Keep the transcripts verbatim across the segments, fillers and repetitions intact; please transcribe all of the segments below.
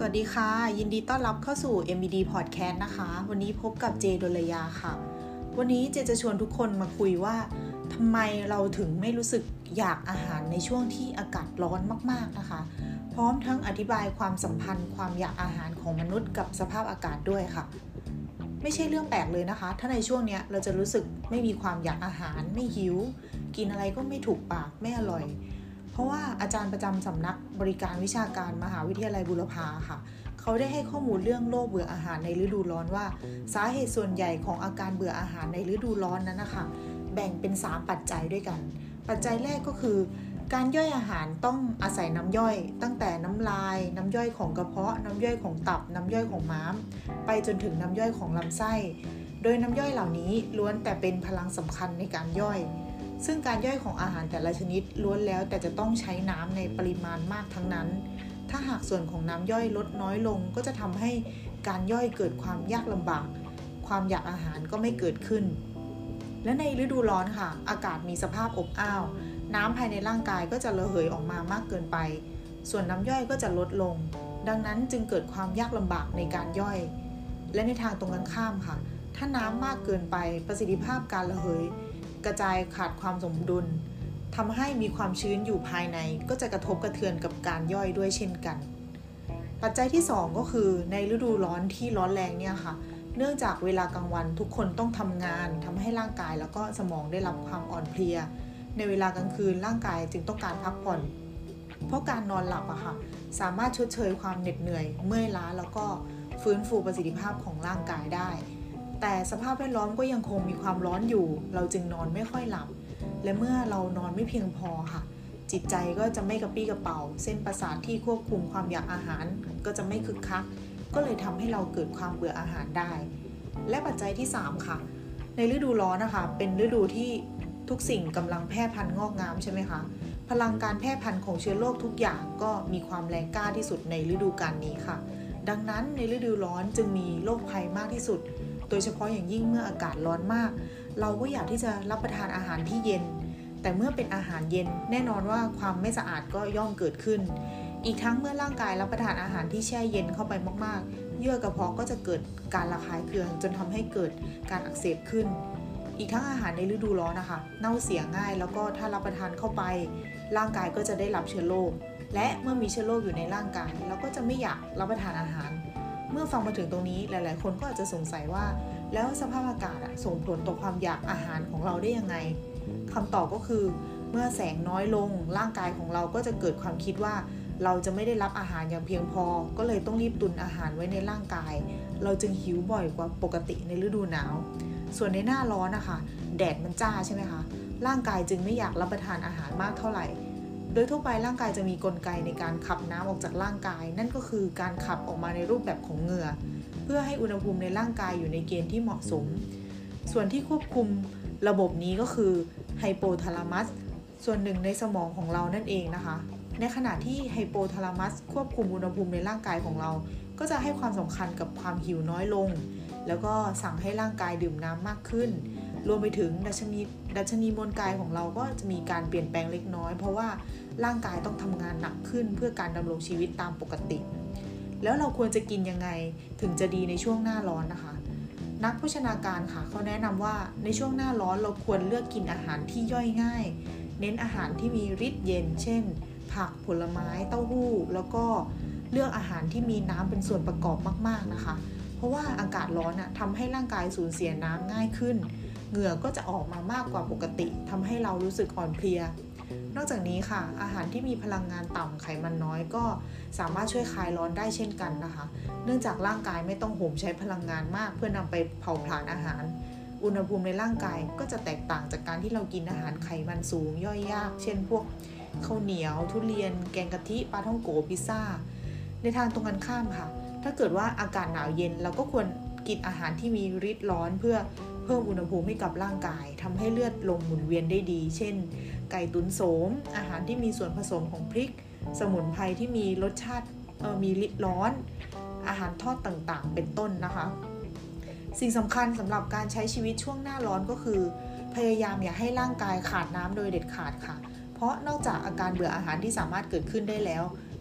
วัสดีค่ะยินดีต้อนรับเข้าสู่ เอ็ม บี ดี Podcast นะคะวันนี้พบกับเจดลยาค่ะวันนี้เจจะชวนทุกคนมาคุยว่าทำไมเราถึงไม่รู้สึกอยากอาหารในช่วงที่อากาศร้อนมากๆนะคะพร้อมทั้งอธิบายความสัมพันธ์ความอยากอาหารของมนุษย์กับสภาพอากาศด้วยค่ะไม่ใช่เรื่องแปลกเลยนะคะถ้าในช่วงนี้เราจะรู้สึกไม่มีความอยากอาหารไม่หิวกินอะไรก็ไม่ถูกปากไม่อร่อยเพราะว่าอาจารย์ประจำสำนักบริการวิชาการมหาวิทยาลัยบูรพาค่ะเขาได้ให้ข้อมูลเรื่องโรคเบื่ออาหารในฤดูร้อนว่าสาเหตุส่วนใหญ่ของอาการเบื่ออาหารในฤดูร้อนนั้นนะคะแบ่งเป็นสามปัจจัยด้วยกันปัจจัยแรกก็คือการย่อยอาหารต้องอาศัยน้ำย่อยตั้งแต่น้ำลายน้ำย่อยของกระเพาะน้ำย่อยของตับน้ำย่อยของม้ามไปจนถึงน้ำย่อยของลำไส้โดยน้ำย่อยเหล่านี้ล้วนแต่เป็นพลังสำคัญในการย่อยซึ่งการย่อยของอาหารแต่ละชนิดล้วนแล้วแต่จะต้องใช้น้ำในปริมาณมากทั้งนั้นถ้าหากส่วนของน้ำย่อยลดน้อยลงก็จะทำให้การย่อยเกิดความยากลำบากความอยากอาหารก็ไม่เกิดขึ้นและในฤดูร้อนค่ะอากาศมีสภาพอบอ้าวน้ำภายในร่างกายก็จะระเหยออกมามากเกินไปส่วนน้ำย่อยก็จะลดลงดังนั้นจึงเกิดความยากลำบากในการย่อยและในทางตรงกันข้ามค่ะถ้าน้ำมากเกินไปประสิทธิภาพการระเหยกระจายขาดความสมดุลทำให้มีความชื้นอยู่ภายในก็จะกระทบกระเทือนกับการย่อยด้วยเช่นกันปัจจัยที่สองก็คือในฤดูร้อนที่ร้อนแรงเนี่ยค่ะเนื่องจากเวลากลางวันทุกคนต้องทำงานทำให้ร่างกายแล้วก็สมองได้รับความอ่อนเพลียในเวลากลางคืนร่างกายจึงต้องการพักผ่อนเพราะการนอนหลับอะค่ะสามารถชดเชยความเหน็ดเหนื่อยเมื่อยล้าแล้วก็ฟื้นฟูประสิทธิภาพของร่างกายได้แต่สภาพแวดล้อมก็ยังคงมีความร้อนอยู่เราจึงนอนไม่ค่อยหลับและเมื่อเรานอนไม่เพียงพอค่ะจิตใจก็จะไม่กระปี้กระเป๋าเส้นประสาทที่ควบคุมความอยากอาหารก็จะไม่คึกคักก็เลยทำให้เราเกิดความเบื่ออาหารได้และปัจจัยที่สามค่ะในฤดูร้อนนะคะเป็นฤดูที่ทุกสิ่งกำลังแพร่พันธุ์งอกงามใช่ไหมคะพลังการแพร่พันธุ์ของเชื้อโรคทุกอย่างก็มีความแรงกล้าที่สุดในฤดูกาลนี้ค่ะดังนั้นในฤดูร้อนจึงมีโรคภัยมากที่สุดโดยเฉพาะอย่างยิ่งเมื่ออากาศร้อนมากเราก็อยากที่จะรับประทานอาหารที่เย็นแต่เมื่อเป็นอาหารเย็นแน่นอนว่าความไม่สะอาดก็ย่อมเกิดขึ้นอีกทั้งเมื่อร่างกายรับประทานอาหารที่แช่เย็นเข้าไปมากๆเยื่อกระเพาะก็จะเกิดการระคายเคืองจนทำให้เกิดการอักเสบขึ้นอีกทั้งอาหารในฤดูร้อนนะคะเน่าเสียง่ายแล้วก็ถ้ารับประทานเข้าไปร่างกายก็จะได้รับเชื้อโรคและเมื่อมีเชื้อโรคอยู่ในร่างกายเราก็จะไม่อยากรับประทานอาหารเมื่อฟังมาถึงตรงนี้หลายๆคนก็อาจจะสงสัยว่าแล้วสภาพอากาศส่งผลต่อความอยากอาหารของเราได้ยังไงคำตอบก็คือเมื่อแสงน้อยลงร่างกายของเราก็จะเกิดความคิดว่าเราจะไม่ได้รับอาหารอย่างเพียงพอก็เลยต้องรีบตุนอาหารไว้ในร่างกายเราจึงหิวบ่อยกว่าปกติในฤดูหนาวส่วนในหน้าร้อนนะคะแดดมันจ้าใช่ไหมคะร่างกายจึงไม่อยากรับประทานอาหารมากเท่าไหร่โดยทั่วไปร่างกายจะมีกลไกในการขับน้ำออกจากร่างกายนั่นก็คือการขับออกมาในรูปแบบของเหงื่อเพื่อให้อุณหภูมิในร่างกายอยู่ในเกณฑ์ที่เหมาะสมส่วนที่ควบคุมระบบนี้ก็คือไฮโปทาลามัสส่วนหนึ่งในสมองของเรานั่นเองนะคะในขณะที่ไฮโปทาลามัสควบคุมอุณหภูมิในร่างกายของเราก็จะให้ความสำคัญกับความหิวน้อยลงแล้วก็สั่งให้ร่างกายดื่มน้ำมากขึ้นรวมไปถึงดัชนีดัชนีมวลกายของเราก็จะมีการเปลี่ยนแปลงเล็กน้อยเพราะว่าร่างกายต้องทำงานหนักขึ้นเพื่อการดำรงชีวิตตามปกติแล้วเราควรจะกินยังไงถึงจะดีในช่วงหน้าร้อนนะคะนักโภชนาการค่ะเขาแนะนำว่าในช่วงหน้าร้อนเราควรเลือกกินอาหารที่ย่อยง่ายเน้นอาหารที่มีฤทธิ์เย็นเช่นผักผลไม้เต้าหู้แล้วก็เลือกอาหารที่มีน้ำเป็นส่วนประกอบมากๆนะคะเพราะว่าอากาศร้อนอะทำให้ร่างกายสูญเสียน้ำง่ายขึ้นเหงื่อก็จะออกมามากกว่าปกติทำให้เรารู้สึกอ่อนเพลียนอกจากนี้ค่ะอาหารที่มีพลังงานต่ำไขมันน้อยก็สามารถช่วยคลายร้อนได้เช่นกันนะคะเนื่องจากร่างกายไม่ต้องโหมใช้พลังงานมากเพื่อนำไปเผาผลาญอาหารอุณหภูมิในร่างกายก็จะแตกต่างจากการที่เรากินอาหารไขมันสูงย่อยยากเช่นพวกข้าวเหนียวทุเรียนแกงกะทิปลาท่องโกพิซซ่าในทางตรงกันข้ามค่ะถ้าเกิดว่าอากาศหนาวเย็นเราก็ควรกินอาหารที่มีฤทธิ์ร้อนเพื่อเพิ่มอุณหภูมิให้กับร่างกายทำให้เลือดลมหมุนเวียนได้ดีเช่นไก่ตุ๋นโสมอาหารที่มีส่วนผสมของพริกสมุนไพรที่มีรสชาติเอ่อมีฤทธิ์ร้อนอาหารทอดต่างๆเป็นต้นนะคะสิ่งสำคัญสำหรับการใช้ชีวิตช่วงหน้าร้อนก็คือพยายามอย่าให้ร่างกายขาดน้ำโดยเด็ดขาดค่ะเพราะนอกจากอาการเบื่ออาหารที่สามารถเกิดขึ้นได้แล้ว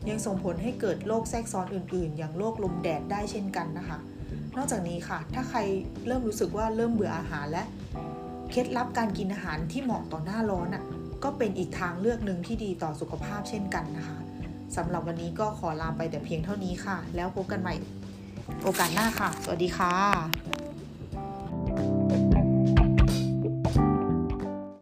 ยังส่งผลให้เกิดโรคแทรกซ้อนอื่นๆอย่างโรคลมแดดได้เช่นกันนะคะนอกจากนี้ค่ะถ้าใครเริ่มรู้สึกว่าเริ่มเบื่ออาหารและเคล็ดลับการกินอาหารที่เหมาะต่อหน้าร้อนอ่ะก็เป็นอีกทางเลือกหนึ่งที่ดีต่อสุขภาพเช่นกันนะคะสำหรับวันนี้ก็ขอลาไปแต่เพียงเท่านี้ค่ะแล้วพบกันใหม่โอกาสหน้าค่ะสวัสดีค่ะ